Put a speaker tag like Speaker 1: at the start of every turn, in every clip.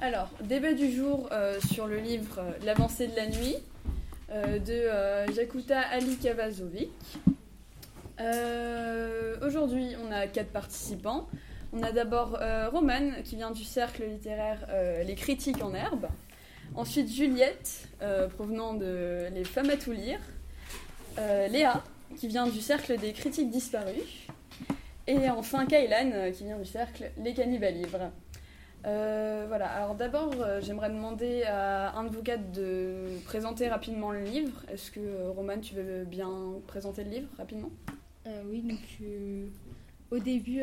Speaker 1: Alors, débat du jour sur le livre L'avancée de la nuit de Jakuta Ali Kavazovic. Aujourd'hui, on a 4 participants. On a d'abord Roman, qui vient du cercle littéraire Les Critiques en Herbe. Ensuite, Juliette, provenant de Les Femmes à tout lire. Léa, qui vient du cercle des Critiques disparues. Et enfin, Kaylan, qui vient du cercle Les Cannibales livres. Voilà, alors d'abord, j'aimerais demander à un de vous quatre de présenter rapidement le livre. Est-ce que, Roman, tu veux bien présenter le livre rapidement ?
Speaker 2: Oui, donc au début,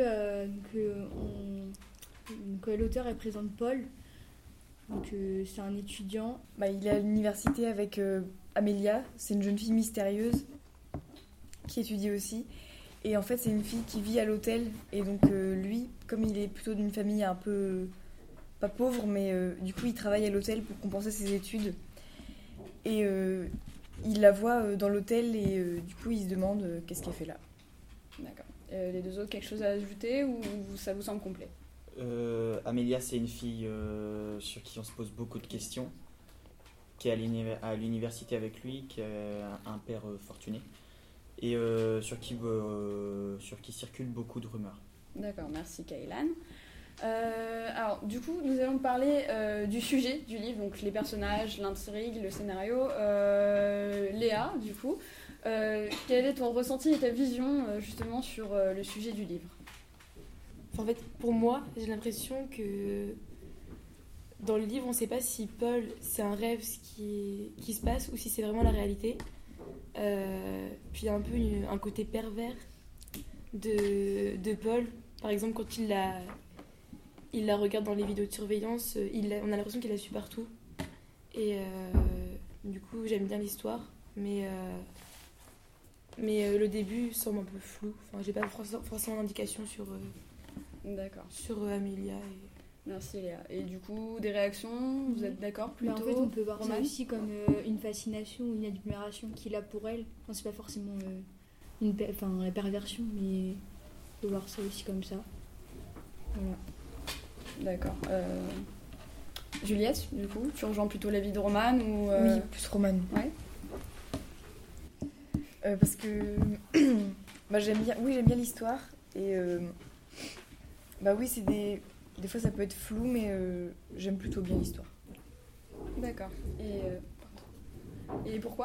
Speaker 2: l'auteur elle présente Paul. Donc c'est un étudiant.
Speaker 3: Il est à l'université avec Amélia, c'est une jeune fille mystérieuse qui étudie aussi. Et en fait, c'est une fille qui vit à l'hôtel. Et donc lui, comme il est plutôt d'une famille un peu... pas pauvre, mais du coup, il travaille à l'hôtel pour compenser ses études. Et il la voit dans l'hôtel et du coup, il se demande qu'est-ce qu'elle fait là.
Speaker 1: D'accord. Les deux autres, quelque chose à ajouter ou ça vous semble complet ?
Speaker 4: Amélia, c'est une fille sur qui on se pose beaucoup de questions, qui est à l'université avec lui, qui a un père fortuné, et sur qui circulent beaucoup de rumeurs.
Speaker 1: D'accord, merci Kaylan. Alors, du coup, nous allons parler du sujet du livre, donc les personnages, l'intrigue, le scénario. Léa, du coup, quel est ton ressenti et ta vision justement sur le sujet du livre ?
Speaker 5: En fait, pour moi, j'ai l'impression que dans le livre, on ne sait pas si Paul, c'est un rêve qui se passe ou si c'est vraiment la réalité. Puis il y a un peu un côté pervers de Paul. Par exemple, quand il la regarde dans les vidéos de surveillance, on a l'impression qu'il la suit partout. Et du coup, j'aime bien l'histoire, mais le début semble un peu flou. Enfin, j'ai pas forcément d'indication sur Amélia.
Speaker 1: Merci Léa. Et du coup, des réactions, vous êtes d'accord plutôt ?
Speaker 2: En fait, on peut voir ça aussi comme une fascination ou une admiration qu'il a pour elle. Enfin, c'est pas forcément la perversion, mais on peut voir ça aussi comme ça. Voilà.
Speaker 1: D'accord. Juliette, du coup, tu rejoins plutôt l'avis de Roman ou
Speaker 3: Oui, plus Roman.
Speaker 1: Ouais.
Speaker 3: Parce que j'aime bien l'histoire et oui, c'est des fois ça peut être flou, mais j'aime plutôt bien l'histoire.
Speaker 1: D'accord. Et pourquoi ?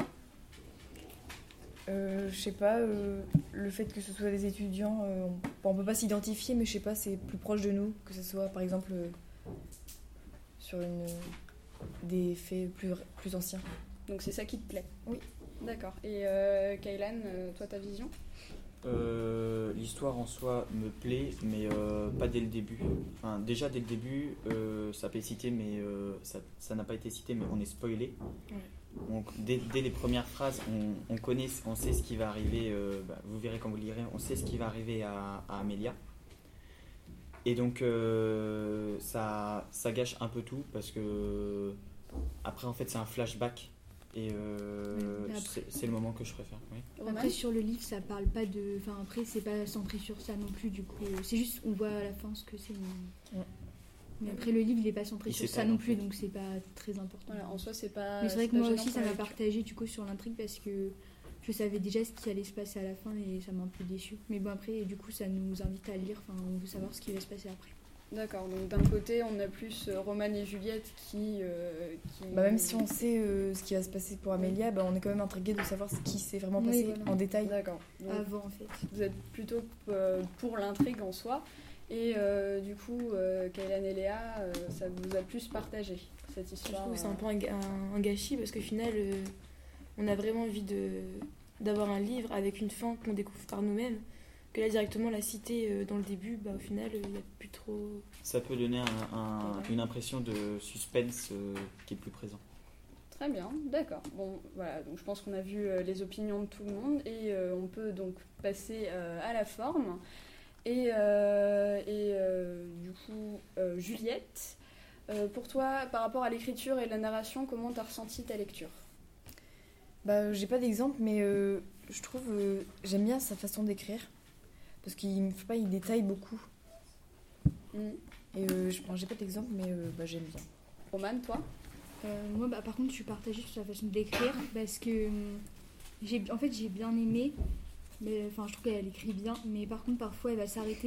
Speaker 3: Je sais pas, le fait que ce soit des étudiants, on peut pas s'identifier, mais je sais pas, c'est plus proche de nous, que ce soit par exemple sur des faits plus anciens.
Speaker 1: Donc c'est ça qui te plaît ?
Speaker 3: Oui.
Speaker 1: D'accord. Et Kaylan, toi ta vision ?
Speaker 4: L'histoire en soi me plaît, mais pas dès le début. Enfin, déjà dès le début, ça peut être cité, mais ça n'a pas été cité, mais on est spoilé.
Speaker 1: Ouais.
Speaker 4: Donc, dès les premières phrases, on sait ce qui va arriver. Vous verrez quand vous le lirez, on sait ce qui va arriver à Amélia. Et donc ça gâche un peu tout parce que après en fait c'est un flashback. Et c'est le moment que je préfère. Oui.
Speaker 2: Après sur le livre ça parle pas de... Enfin après c'est pas centré sur ça non plus du coup. C'est juste on voit à la fin ce que c'est. Mais après le livre il est pas centré sur ça non plus donc c'est pas très important.
Speaker 1: Voilà, en soi c'est pas...
Speaker 2: Mais c'est vrai que moi aussi ça m'a partagé du coup sur l'intrigue parce que je savais déjà ce qui allait se passer à la fin et ça m'a un peu déçue. Mais bon après du coup ça nous invite à lire, enfin on veut savoir ce qui va se passer après.
Speaker 1: D'accord, donc d'un côté on a plus Roman et Juliette qui...
Speaker 3: Même si on sait ce qui va se passer pour Amélia, on est quand même intrigué de savoir ce qui s'est vraiment passé en détail.
Speaker 1: D'accord. Donc,
Speaker 2: avant en fait.
Speaker 1: Vous êtes plutôt pour l'intrigue en soi et du coup Kaylan et Léa, ça vous a plus partagé cette histoire.
Speaker 5: Je trouve que c'est un peu un gâchis parce qu'au final on a vraiment envie d'avoir un livre avec une fin qu'on découvre par nous-mêmes. Que là directement la citer dans le début, au final il n'y a plus trop...
Speaker 4: Ça peut donner une impression de suspense qui est plus présent.
Speaker 1: Très bien, d'accord. Bon voilà, donc je pense qu'on a vu les opinions de tout le monde et on peut donc passer à la forme. Et du coup, Juliette, pour toi, par rapport à l'écriture et la narration, comment tu as ressenti ta lecture ?
Speaker 3: J'ai pas d'exemple, mais je trouve j'aime bien sa façon d'écrire. Parce qu'il détaille beaucoup. Et j'ai pas d'exemple, mais j'aime bien.
Speaker 1: Romane, toi?
Speaker 2: Moi, par contre, je suis partagée sur sa façon d'écrire parce que j'ai bien aimé, mais je trouve qu'elle écrit bien, mais par contre, parfois, elle va s'arrêter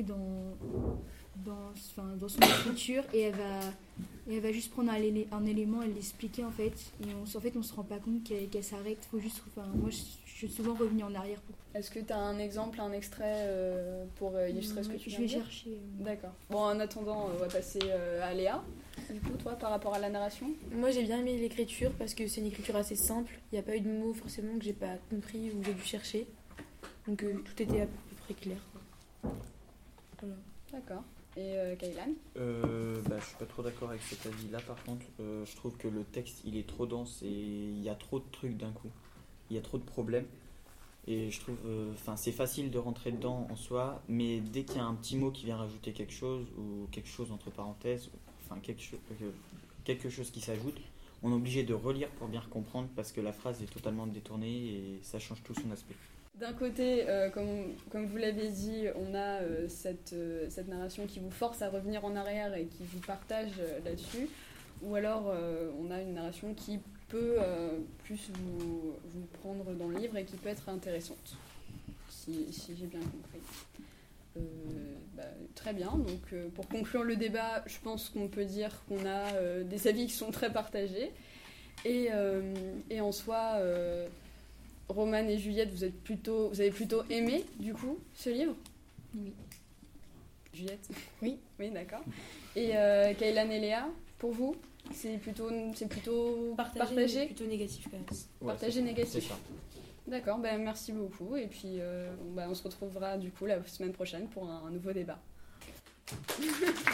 Speaker 2: dans son écriture et elle va juste prendre un élément et l'expliquer en fait. Et on se rend pas compte qu'elle s'arrête. Faut juste, moi, je suis souvent revenue en arrière.
Speaker 1: Est-ce que tu as un exemple, un extrait pour illustrer ce que tu viens
Speaker 2: Je vais
Speaker 1: de dire?
Speaker 2: chercher.
Speaker 1: D'accord. Bon, en attendant, on va passer à Léa. Du coup, toi, par rapport à la narration?
Speaker 5: Moi, j'ai bien aimé l'écriture parce que c'est une écriture assez simple. Il n'y a pas eu de mots forcément que j'ai pas compris ou que j'ai dû chercher. Donc tout était à peu près clair, quoi. Voilà.
Speaker 1: D'accord. Et Kaylan?
Speaker 4: Je suis pas trop d'accord avec cet avis-là. Par contre, je trouve que le texte il est trop dense et il y a trop de trucs d'un coup. Il y a trop de problèmes. Et je trouve, c'est facile de rentrer dedans en soi, mais dès qu'il y a un petit mot qui vient rajouter quelque chose ou quelque chose entre parenthèses, quelque chose qui s'ajoute, on est obligé de relire pour bien comprendre parce que la phrase est totalement détournée et ça change tout son aspect.
Speaker 1: D'un côté, comme vous l'avez dit, on a cette narration qui vous force à revenir en arrière et qui vous partage là-dessus. Ou alors, on a une narration qui peut plus vous prendre dans le livre et qui peut être intéressante, si j'ai bien compris. Très bien. Donc, pour conclure le débat, je pense qu'on peut dire qu'on a des avis qui sont très partagés. Et en soi... Romane et Juliette, vous avez plutôt aimé, du coup, ce livre?
Speaker 2: Oui.
Speaker 1: Juliette?
Speaker 3: Oui.
Speaker 1: Oui, d'accord. Et Kaylan et Léa, pour vous, c'est plutôt partagé?
Speaker 5: Plutôt négatif quand même.
Speaker 1: Partagé négatif.
Speaker 4: C'est ça.
Speaker 1: D'accord, merci beaucoup. Et puis, on se retrouvera du coup la semaine prochaine pour un nouveau débat.